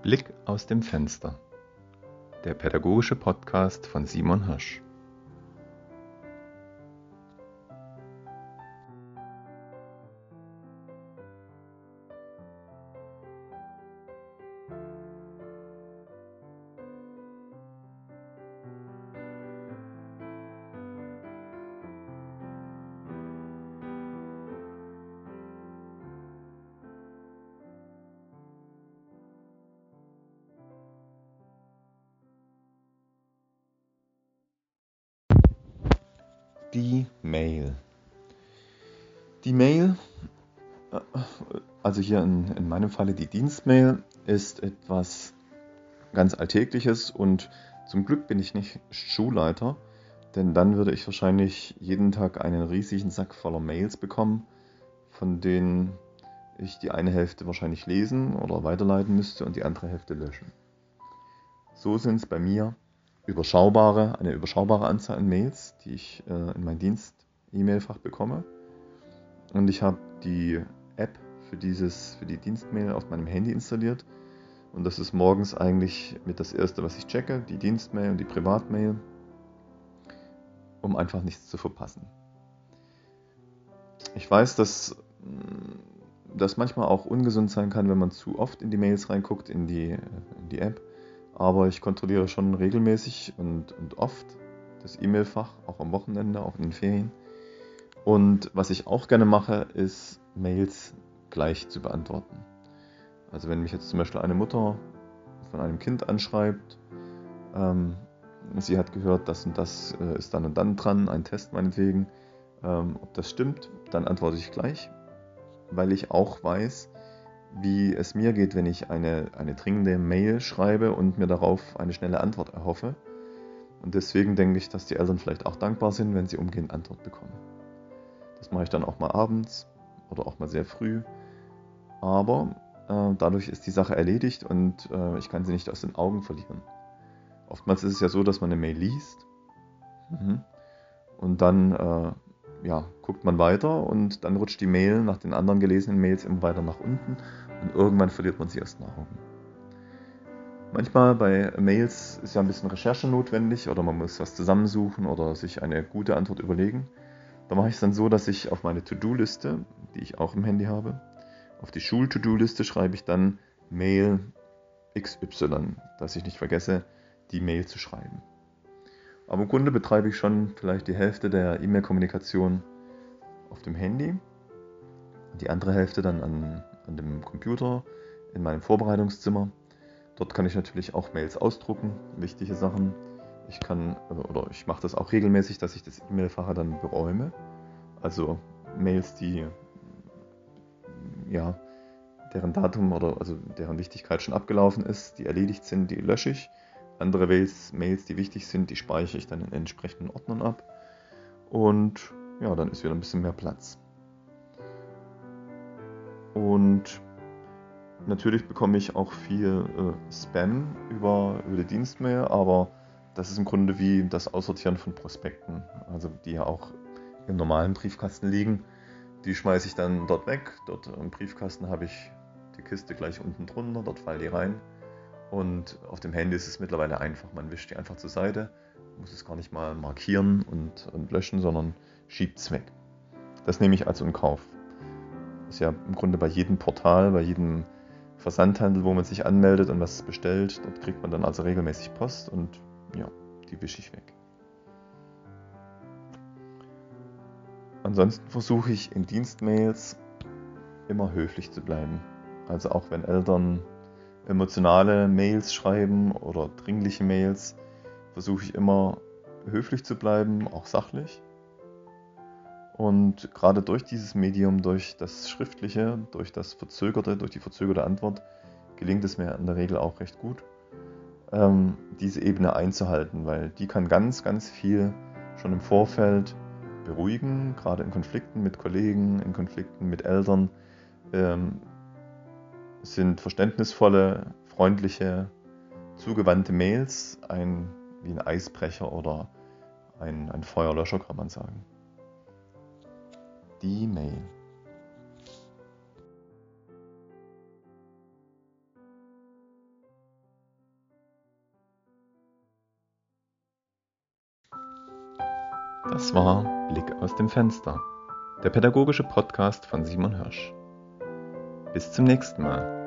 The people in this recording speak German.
Blick aus dem Fenster. Der pädagogische Podcast von Simon Hirsch. Die Mail. Die Mail, also hier in meinem Falle die Dienstmail, ist etwas ganz Alltägliches und zum Glück bin ich nicht Schulleiter, denn dann würde ich wahrscheinlich jeden Tag einen riesigen Sack voller Mails bekommen, von denen ich die eine Hälfte wahrscheinlich lesen oder weiterleiten müsste und die andere Hälfte löschen. So sind es bei mir eine überschaubare Anzahl an Mails, die ich in mein Dienst-E-Mail-Fach bekomme. Und ich habe die App für die Dienstmail auf meinem Handy installiert. Und das ist morgens eigentlich mit das Erste, was ich checke, die Dienstmail und die Privatmail, um einfach nichts zu verpassen. Ich weiß, dass das manchmal auch ungesund sein kann, wenn man zu oft in die Mails reinguckt, in die App. Aber ich kontrolliere schon regelmäßig und oft das E-Mail-Fach, auch am Wochenende, auch in den Ferien. Und was ich auch gerne mache, ist Mails gleich zu beantworten. Also wenn mich jetzt zum Beispiel eine Mutter von einem Kind anschreibt, sie hat gehört, das und das ist dann und dann dran, ein Test meinetwegen, ob das stimmt, dann antworte ich gleich, weil ich auch weiß, wie es mir geht, wenn ich eine dringende Mail schreibe und mir darauf eine schnelle Antwort erhoffe. Und deswegen denke ich, dass die Eltern vielleicht auch dankbar sind, wenn sie umgehend Antwort bekommen. Das mache ich dann auch mal abends oder auch mal sehr früh. Aber dadurch ist die Sache erledigt und ich kann sie nicht aus den Augen verlieren. Oftmals ist es ja so, dass man eine Mail liest und dann guckt man weiter und dann rutscht die Mail nach den anderen gelesenen Mails immer weiter nach unten und irgendwann verliert man sie aus den Augen. Manchmal bei Mails ist ja ein bisschen Recherche notwendig oder man muss was zusammensuchen oder sich eine gute Antwort überlegen. Da mache ich es dann so, dass ich auf meine To-Do-Liste, die ich auch im Handy habe, auf die Schul-To-Do-Liste schreibe ich dann Mail XY, dass ich nicht vergesse, die Mail zu schreiben. Aber im Grunde betreibe ich schon vielleicht die Hälfte der E-Mail-Kommunikation auf dem Handy, die andere Hälfte dann an dem Computer in meinem Vorbereitungszimmer. Dort kann ich natürlich auch Mails ausdrucken, wichtige Sachen. Ich mache das auch regelmäßig, dass ich das E-Mail-Fach dann beräume. Also Mails, deren Datum oder also deren Wichtigkeit schon abgelaufen ist, die erledigt sind, die lösche ich. Andere Mails, die wichtig sind, die speichere ich dann in entsprechenden Ordnern ab. Und ja, dann ist wieder ein bisschen mehr Platz. Und natürlich bekomme ich auch viel Spam über die Dienstmail, aber das ist im Grunde wie das Aussortieren von Prospekten, also die ja auch im normalen Briefkasten liegen. Die schmeiße ich dann dort weg. Dort im Briefkasten habe ich die Kiste gleich unten drunter, dort fallen die rein. Und auf dem Handy ist es mittlerweile einfach. Man wischt die einfach zur Seite, muss es gar nicht mal markieren und löschen, sondern schiebt es weg. Das nehme ich also in Kauf. Das ist ja im Grunde bei jedem Portal, bei jedem Versandhandel, wo man sich anmeldet und was bestellt, dort kriegt man dann also regelmäßig Post und ja, die wische ich weg. Ansonsten versuche ich in Dienstmails immer höflich zu bleiben. Also auch wenn Eltern emotionale Mails schreiben oder dringliche Mails, versuche ich immer höflich zu bleiben, auch sachlich. Und gerade durch dieses Medium, durch das Schriftliche, durch die verzögerte Antwort, gelingt es mir in der Regel auch recht gut, diese Ebene einzuhalten, weil die kann ganz, ganz viel schon im Vorfeld beruhigen, gerade in Konflikten mit Kollegen, in Konflikten mit Eltern, sind verständnisvolle, freundliche, zugewandte Mails wie ein Eisbrecher oder ein Feuerlöscher, kann man sagen. Die Mail. Das war Blick aus dem Fenster, der pädagogische Podcast von Simon Hirsch. Bis zum nächsten Mal.